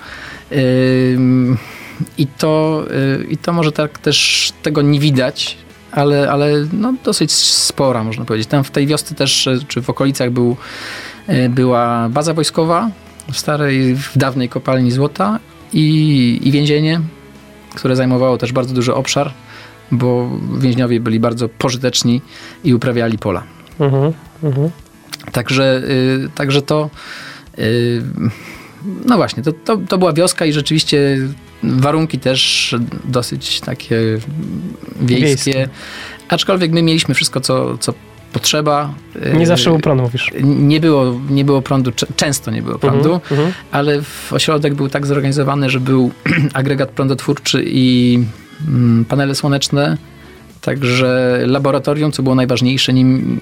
S3: I to może tak też tego nie widać, ale no dosyć spora, można powiedzieć. Tam w tej wiosce też, czy w okolicach była baza wojskowa w dawnej kopalni złota i więzienie, które zajmowało też bardzo duży obszar, bo więźniowie byli bardzo pożyteczni i uprawiali pola. Także to no właśnie, to była wioska i rzeczywiście warunki też dosyć takie wiejskie. Aczkolwiek my mieliśmy wszystko, co potrzeba.
S2: Nie zawsze było prądu, mówisz.
S3: Nie było prądu, często nie było prądu, ale ośrodek był tak zorganizowany, że był agregat prądotwórczy i panele słoneczne. Także laboratorium, co było najważniejsze,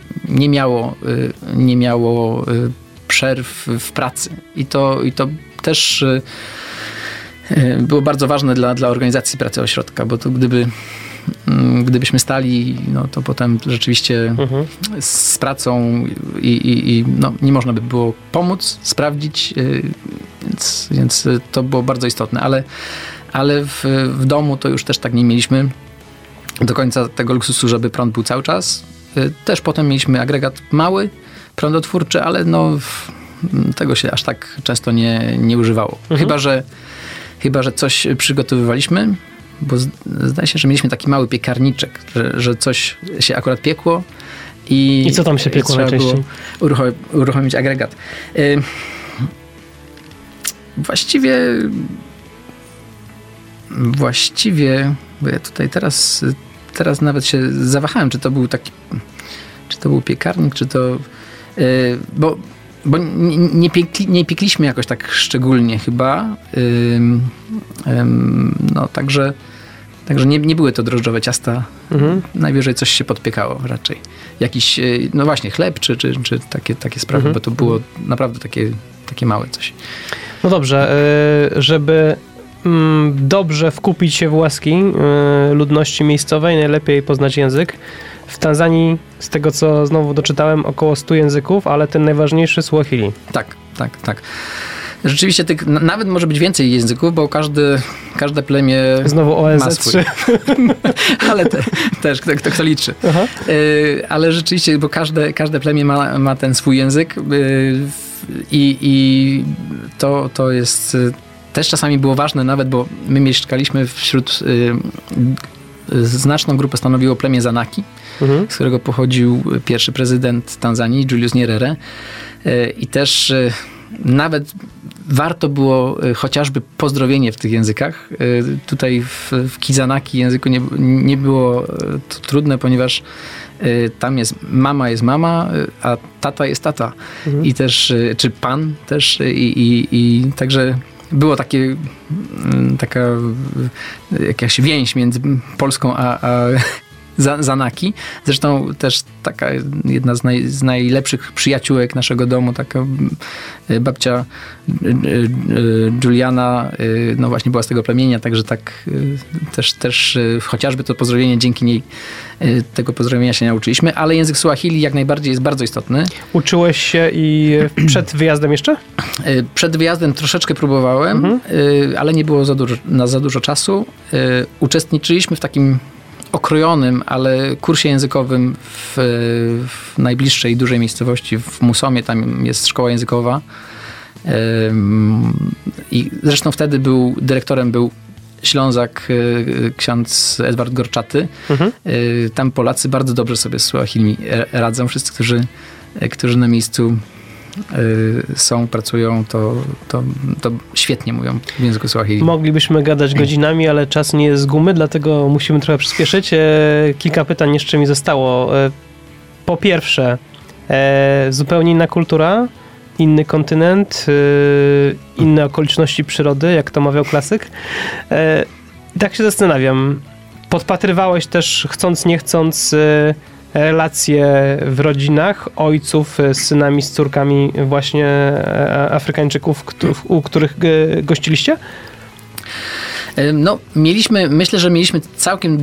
S3: nie miało przerw w pracy. I to też było bardzo ważne dla organizacji pracy ośrodka, bo to gdyby gdybyśmy stali, no to potem rzeczywiście z pracą i no, nie można by było pomóc, sprawdzić, więc to było bardzo istotne, ale w domu to już też tak nie mieliśmy do końca tego luksusu, żeby prąd był cały czas. Też potem mieliśmy agregat mały, prądotwórczy, ale no tego się aż tak często nie używało. Chyba, że coś przygotowywaliśmy, bo zdaje się, że mieliśmy taki mały piekarniczek, że coś się akurat piekło i
S2: co tam się piekło najczęściej?
S3: Uruchomić agregat. Właściwie, bo ja tutaj teraz nawet się zawahałem, czy to był piekarnik, czy to... Bo nie piekliśmy jakoś tak szczególnie chyba. No, także nie były to drożdżowe ciasta. Najwyżej coś się podpiekało raczej. Jakiś, no właśnie, chleb, czy takie sprawy, bo to było naprawdę takie małe coś.
S2: No dobrze, żeby dobrze wkupić się w łaski ludności miejscowej, najlepiej poznać język. W Tanzanii, z tego co znowu doczytałem, około 100 języków, ale ten najważniejszy Swahili.
S3: Tak. Rzeczywiście nawet może być więcej języków, bo każde plemię
S2: znowu ONZ
S3: ma swój. Ale też kto liczy. Ale rzeczywiście, bo każde plemię ma ten swój język i to jest też czasami było ważne nawet, bo my mieszkaliśmy wśród znaczną grupę stanowiło plemię Zanaki, z którego pochodził pierwszy prezydent Tanzanii, Julius Nyerere. I też nawet warto było chociażby pozdrowienie w tych językach. Tutaj w Kizanaki języku nie było to trudne, ponieważ tam jest mama, a tata jest tata. I też, czy pan też. I także było taka jakaś więź między Polską a Zanaki. Zresztą też taka jedna z najlepszych przyjaciółek naszego domu, taka babcia Juliana, no właśnie była z tego plemienia, także tak też chociażby to pozdrowienie, dzięki niej tego pozdrowienia się nauczyliśmy, ale język Swahili jak najbardziej jest bardzo istotny.
S2: Uczyłeś się i przed wyjazdem jeszcze?
S3: Przed wyjazdem troszeczkę próbowałem, ale nie było za dużo czasu. Uczestniczyliśmy w takim okrojonym, ale kursie językowym w najbliższej dużej miejscowości w Musomie, tam jest szkoła językowa. I zresztą wtedy dyrektorem był Ślązak, ksiądz Edward Gorczaty. Tam Polacy bardzo dobrze sobie z Swahili radzą. Wszyscy, którzy na miejscu pracują, to świetnie mówią w języku Swahili.
S2: Moglibyśmy gadać godzinami, ale czas nie jest z gumy, dlatego musimy trochę przyspieszyć. Kilka pytań jeszcze mi zostało. Po pierwsze, zupełnie inna kultura, inny kontynent, inne okoliczności przyrody, jak to mawiał klasyk. Tak się zastanawiam. Podpatrywałeś też, chcąc nie chcąc, relacje w rodzinach ojców z synami, z córkami właśnie Afrykańczyków, u których gościliście?
S3: No, myślę, że mieliśmy całkiem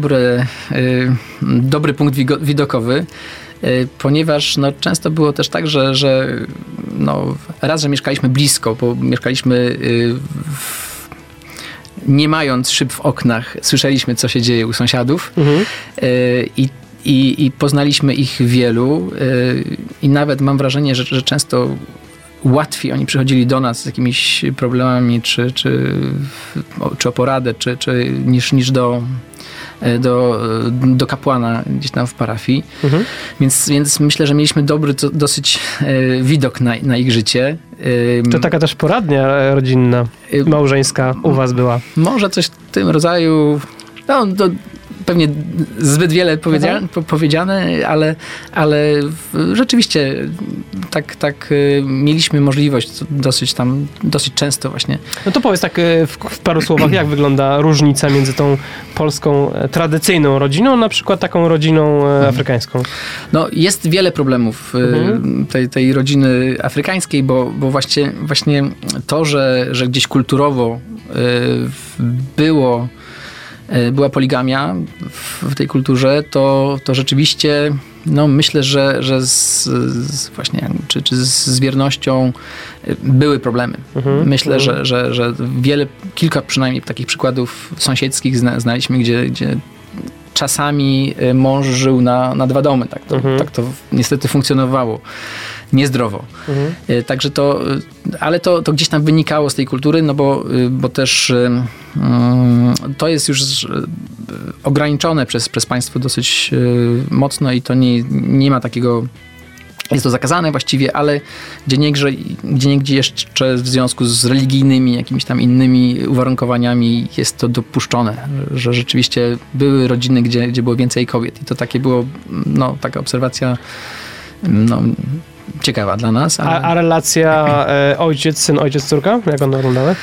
S3: dobry punkt widokowy, ponieważ no, często było też tak, że raz, że mieszkaliśmy blisko, bo mieszkaliśmy nie mając szyb w oknach, słyszeliśmy, co się dzieje u sąsiadów i poznaliśmy ich wielu i nawet mam wrażenie, że często łatwiej oni przychodzili do nas z jakimiś problemami, czy o poradę, niż do kapłana gdzieś tam w parafii. Więc myślę, że mieliśmy dobry dosyć widok na ich życie.
S2: To taka też poradnia rodzinna, małżeńska u was była? Może coś w tym rodzaju.
S3: No, to pewnie zbyt wiele powiedziane, ale rzeczywiście tak mieliśmy możliwość dosyć często właśnie.
S2: No to powiedz tak w paru słowach, jak wygląda różnica między tą polską tradycyjną rodziną, na przykład taką rodziną afrykańską?
S3: No jest wiele problemów tej rodziny afrykańskiej, bo właśnie to, że gdzieś kulturowo było była poligamia w tej kulturze, to rzeczywiście myślę, że właśnie czy z wiernością były problemy. Myślę, że kilka przynajmniej takich przykładów sąsiedzkich znaliśmy, gdzie czasami mąż żył na 2 domy. Tak to niestety funkcjonowało. Niezdrowo. Także ale to gdzieś tam wynikało z tej kultury, bo też to jest już ograniczone przez państwo dosyć mocno i to nie ma takiego, jest to zakazane właściwie, ale gdzieniegdzie jeszcze w związku z religijnymi, jakimiś tam innymi uwarunkowaniami jest to dopuszczone, że rzeczywiście były rodziny, gdzie było więcej kobiet i to takie było, taka obserwacja, ciekawa dla nas. Ale...
S2: A relacja ojciec-syn, ojciec-córka? Jak ona wyglądała?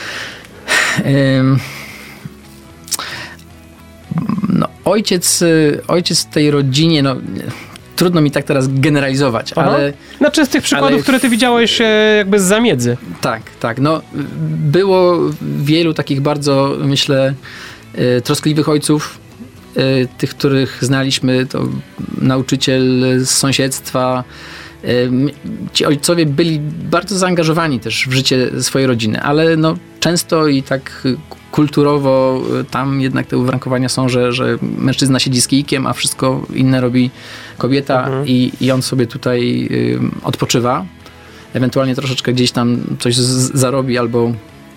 S3: Ojciec w tej rodzinie, trudno mi tak teraz generalizować, ale...
S2: Znaczy z tych przykładów, które ty widziałeś jakby zza miedzy.
S3: Tak. Było wielu takich bardzo, myślę, troskliwych ojców, tych, których znaliśmy, to nauczyciel z sąsiedztwa. Ci ojcowie byli bardzo zaangażowani też w życie swojej rodziny, ale często i tak kulturowo tam jednak te uwarunkowania są, że mężczyzna siedzi z kijkiem, a wszystko inne robi kobieta i on sobie tutaj odpoczywa. Ewentualnie troszeczkę gdzieś tam coś zarobi albo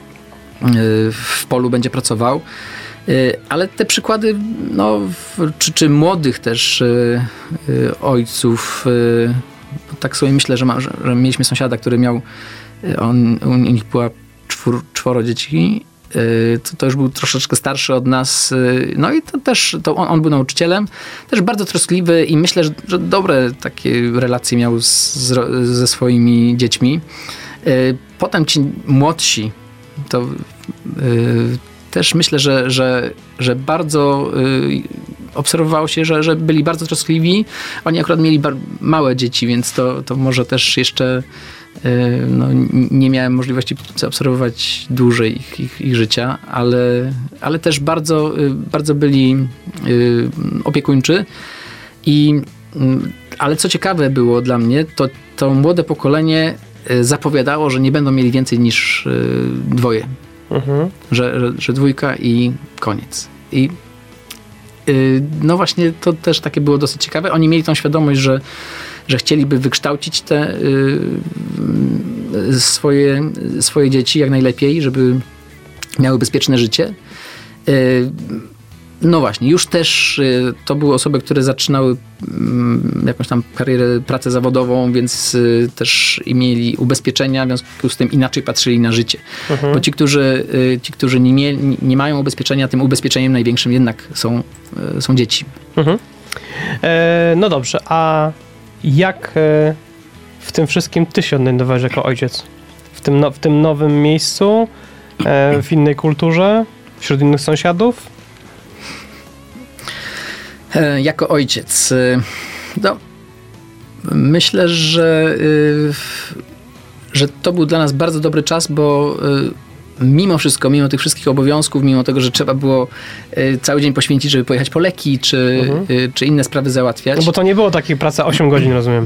S3: w polu będzie pracował. Ale te przykłady, czy młodych też ojców, tak sobie myślę, że mieliśmy sąsiada, który miał, u nich była 4 dzieci, to już był troszeczkę starszy od nas, i to też, on był nauczycielem, też bardzo troskliwy i myślę, że dobre takie relacje miał ze swoimi dziećmi. Potem ci młodsi, to też myślę, że bardzo obserwowało się, że byli bardzo troskliwi. Oni akurat mieli małe dzieci, więc to może też jeszcze nie miałem możliwości zaobserwować dłużej ich życia, ale też bardzo, bardzo byli opiekuńczy. Ale co ciekawe było dla mnie, to młode pokolenie zapowiadało, że nie będą mieli więcej niż 2. Że 2 i koniec. I właśnie to też takie było dosyć ciekawe. Oni mieli tą świadomość, że chcieliby wykształcić te swoje dzieci jak najlepiej, żeby miały bezpieczne życie. Właśnie, już też to były osoby, które zaczynały jakąś tam karierę, pracę zawodową, więc też i mieli ubezpieczenia, w związku z tym inaczej patrzyli na życie. Bo ci, którzy nie mają ubezpieczenia, tym ubezpieczeniem największym jednak są dzieci.
S2: No dobrze, a jak w tym wszystkim ty się odnajdowałeś jako ojciec? W tym nowym miejscu, w innej kulturze, wśród innych sąsiadów?
S3: Jako ojciec. Myślę, że to był dla nas bardzo dobry czas, bo mimo wszystko, mimo tych wszystkich obowiązków, mimo tego, że trzeba było cały dzień poświęcić, żeby pojechać po leki, czy inne sprawy załatwiać.
S2: Bo to nie było takiej pracy 8 godzin, rozumiem.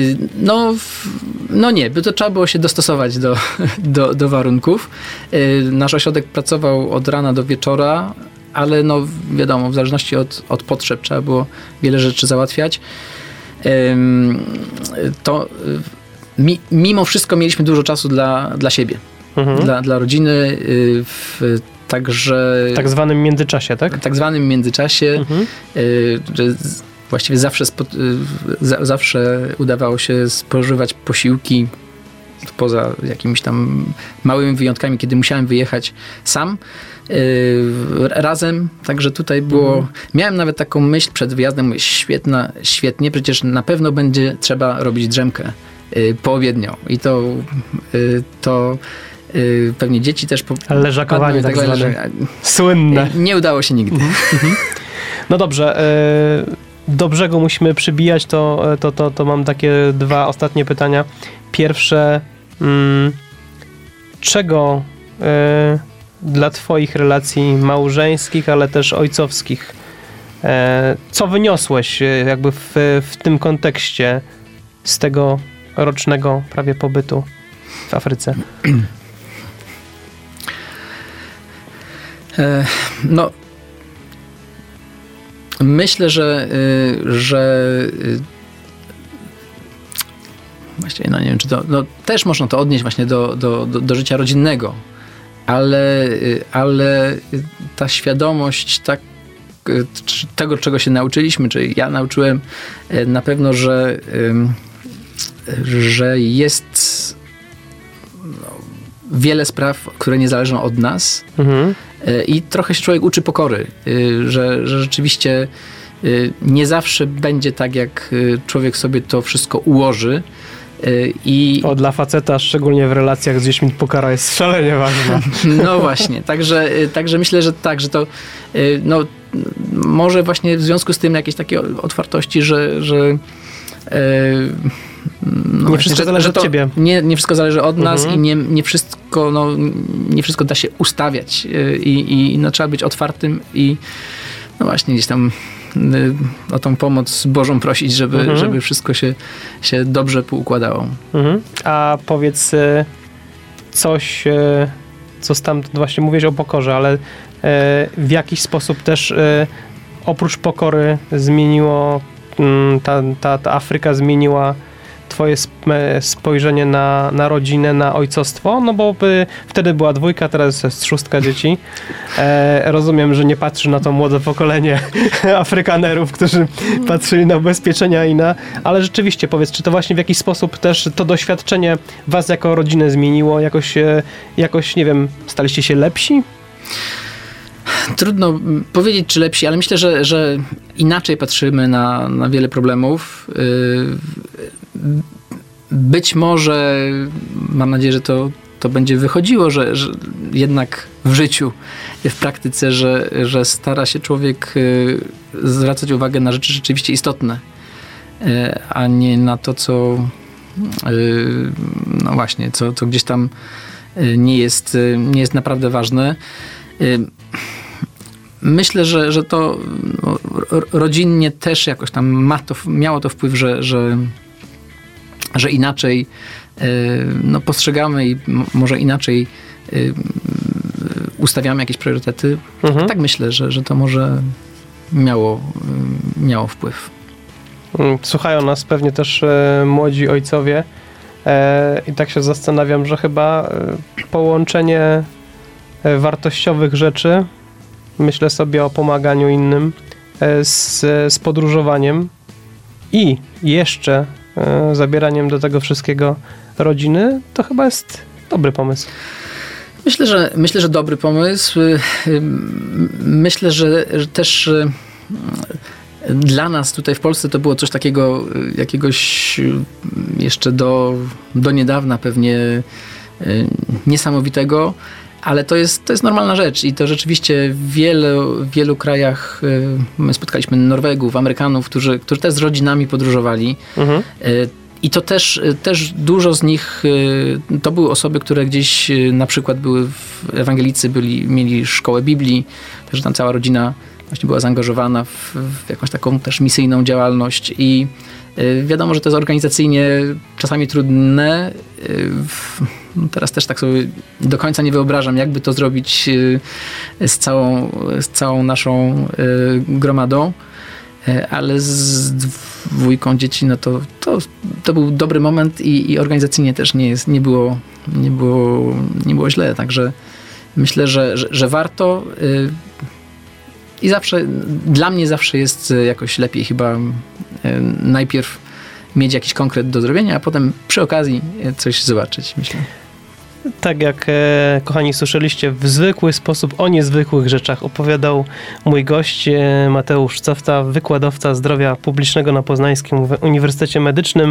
S3: Nie, bo to trzeba było się dostosować do warunków. Nasz ośrodek pracował od rana do wieczora, ale wiadomo, w zależności od potrzeb trzeba było wiele rzeczy załatwiać. Mimo wszystko mieliśmy dużo czasu dla siebie, dla rodziny, także...
S2: W tak zwanym międzyczasie, tak?
S3: W tak zwanym międzyczasie, że właściwie zawsze udawało się spożywać posiłki poza jakimiś tam małymi wyjątkami, kiedy musiałem wyjechać sam, razem, także tutaj było... Miałem nawet taką myśl przed wyjazdem, mówię, świetnie, przecież na pewno będzie trzeba robić drzemkę poobiednią i to pewnie dzieci też...
S2: Leżakowanie tak zwane. Słynne.
S3: Nie udało się nigdy.
S2: No dobrze, do brzegu musimy przybijać, to mam takie 2 ostatnie pytania. Pierwsze, czego dla twoich relacji małżeńskich, ale też ojcowskich. Co wyniosłeś jakby w tym kontekście z tego rocznego prawie pobytu w Afryce?
S3: No, myślę, że właściwie, no nie wiem, czy to, no, też można to odnieść właśnie do życia rodzinnego, ale ta świadomość tego, czego się nauczyliśmy, czyli ja nauczyłem na pewno, że jest wiele spraw, które nie zależą od nas. I trochę się człowiek uczy pokory, że rzeczywiście nie zawsze będzie tak, jak człowiek sobie to wszystko ułoży.
S2: Dla faceta, szczególnie w relacjach z dziećmi, pokora jest szalenie ważna.
S3: No właśnie, także myślę, że tak, że to no, może właśnie w związku z tym jakieś takie otwartości, że no
S2: nie wszystko zależy od ciebie.
S3: Nie wszystko zależy od nas i nie wszystko da się ustawiać i no, trzeba być otwartym i no właśnie gdzieś tam o tą pomoc Bożą prosić, żeby wszystko się dobrze poukładało.
S2: A powiedz coś, co stamtąd właśnie mówisz o pokorze, ale w jakiś sposób też oprócz pokory zmieniło ta Afryka zmieniła twoje spojrzenie na rodzinę, na ojcostwo? No bo wtedy była 2, teraz jest 6 dzieci. Rozumiem, że nie patrzy na to młode pokolenie Afrykanerów, którzy patrzyli na ubezpieczenia ale rzeczywiście powiedz, czy to właśnie w jakiś sposób też to doświadczenie was jako rodzinę zmieniło? Jakoś nie wiem, staliście się lepsi?
S3: Trudno powiedzieć, czy lepsi, ale myślę, że inaczej patrzymy na wiele problemów. Być może, mam nadzieję, że to będzie wychodziło, że jednak w życiu, w praktyce, że stara się człowiek zwracać uwagę na rzeczy rzeczywiście istotne, a nie na to, co no właśnie, co gdzieś tam nie jest naprawdę ważne. Myślę, że to rodzinnie też jakoś tam miało to wpływ, że inaczej no, postrzegamy i może inaczej ustawiamy jakieś priorytety. Tak myślę, że to może miało wpływ.
S2: Słuchają nas pewnie też młodzi ojcowie i tak się zastanawiam, że chyba połączenie wartościowych rzeczy, myślę sobie o pomaganiu innym, z podróżowaniem i jeszcze zabieraniem do tego wszystkiego rodziny, to chyba jest dobry pomysł.
S3: Myślę, że dobry pomysł. Myślę, że też dla nas tutaj w Polsce to było coś takiego, jakiegoś jeszcze do niedawna pewnie niesamowitego, ale to jest normalna rzecz i to rzeczywiście w wielu krajach, my spotkaliśmy Norwegów, Amerykanów, którzy też z rodzinami podróżowali. I to też dużo z nich, to były osoby, które gdzieś na przykład były ewangelicy, mieli szkołę Biblii, także tam cała rodzina właśnie była zaangażowana w jakąś taką też misyjną działalność i wiadomo, że to jest organizacyjnie czasami trudne. Teraz też tak sobie do końca nie wyobrażam, jakby to zrobić z całą naszą gromadą, ale z 2 dzieci, no to był dobry moment i organizacyjnie też nie było źle, także myślę, że warto i zawsze, dla mnie zawsze jest jakoś lepiej chyba najpierw mieć jakiś konkret do zrobienia, a potem przy okazji coś zobaczyć, myślę.
S2: Tak jak, kochani, słyszeliście, w zwykły sposób o niezwykłych rzeczach opowiadał mój gość Mateusz Cofta, wykładowca zdrowia publicznego na Poznańskim Uniwersytecie Medycznym.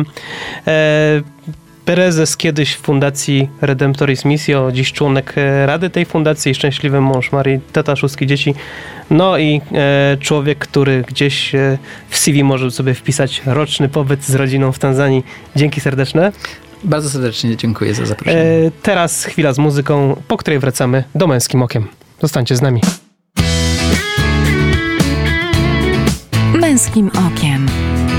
S2: Prezes kiedyś Fundacji Redemptoris Missio, dziś członek rady tej fundacji, szczęśliwy mąż Marii, tata 6 dzieci. No i człowiek, który gdzieś w CV może sobie wpisać roczny pobyt z rodziną w Tanzanii. Dzięki serdeczne.
S3: Bardzo serdecznie dziękuję za zaproszenie.
S2: Teraz chwila z muzyką, po której wracamy do Męskim Okiem. Zostańcie z nami.
S1: Męskim Okiem.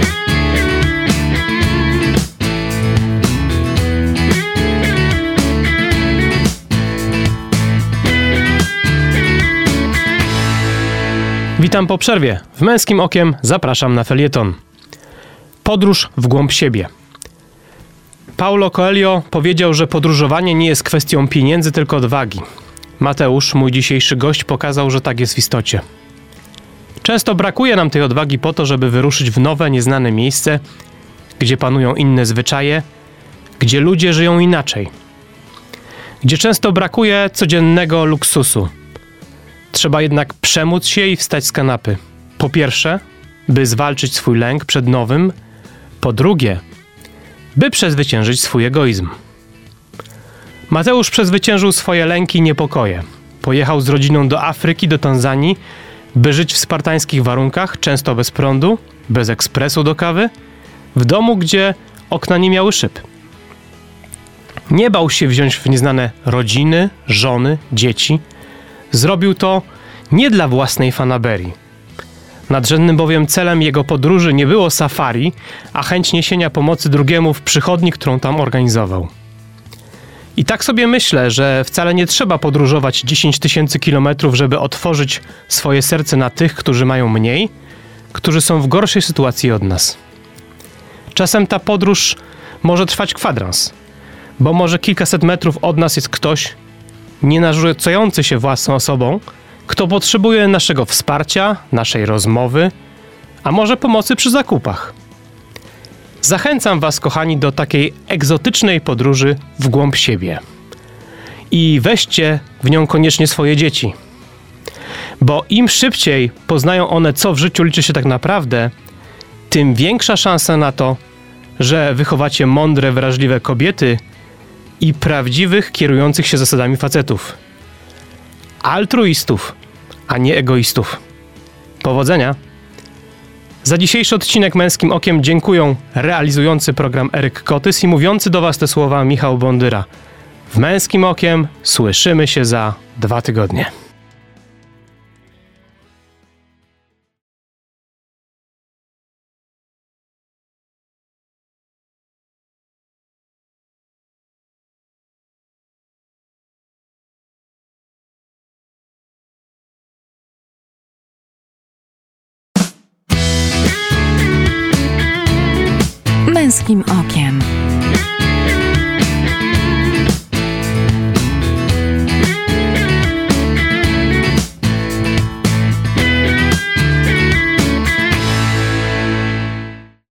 S2: Witam po przerwie. W Męskim Okiem zapraszam na felieton. Podróż w głąb siebie. Paulo Coelho powiedział, że podróżowanie nie jest kwestią pieniędzy, tylko odwagi. Mateusz, mój dzisiejszy gość, pokazał, że tak jest w istocie. Często brakuje nam tej odwagi po to, żeby wyruszyć w nowe, nieznane miejsce, gdzie panują inne zwyczaje, gdzie ludzie żyją inaczej, gdzie często brakuje codziennego luksusu. Trzeba jednak przemóc się i wstać z kanapy. Po pierwsze, by zwalczyć swój lęk przed nowym. Po drugie, by przezwyciężyć swój egoizm. Mateusz przezwyciężył swoje lęki i niepokoje. Pojechał z rodziną do Afryki, do Tanzanii, by żyć w spartańskich warunkach, często bez prądu, bez ekspresu do kawy, w domu, gdzie okna nie miały szyb. Nie bał się wziąć w nieznane rodziny, żony, dzieci. Zrobił to nie dla własnej fanaberii. Nadrzędnym bowiem celem jego podróży nie było safari, a chęć niesienia pomocy drugiemu w przychodni, którą tam organizował. I tak sobie myślę, że wcale nie trzeba podróżować 10 000 kilometrów, żeby otworzyć swoje serce na tych, którzy mają mniej, którzy są w gorszej sytuacji od nas. Czasem ta podróż może trwać kwadrans, bo może kilkaset metrów od nas jest ktoś nienarzucający się własną osobą, kto potrzebuje naszego wsparcia, naszej rozmowy, a może pomocy przy zakupach. Zachęcam was, kochani, do takiej egzotycznej podróży w głąb siebie. I weźcie w nią koniecznie swoje dzieci. Bo im szybciej poznają one, co w życiu liczy się tak naprawdę, tym większa szansa na to, że wychowacie mądre, wrażliwe kobiety i prawdziwych, kierujących się zasadami facetów. Altruistów, a nie egoistów. Powodzenia! Za dzisiejszy odcinek Męskim Okiem dziękuję realizujący program Eryk Kotys i mówiący do was te słowa Michał Bondyra. W Męskim Okiem słyszymy się za 2 tygodnie.
S1: Męskim Okiem.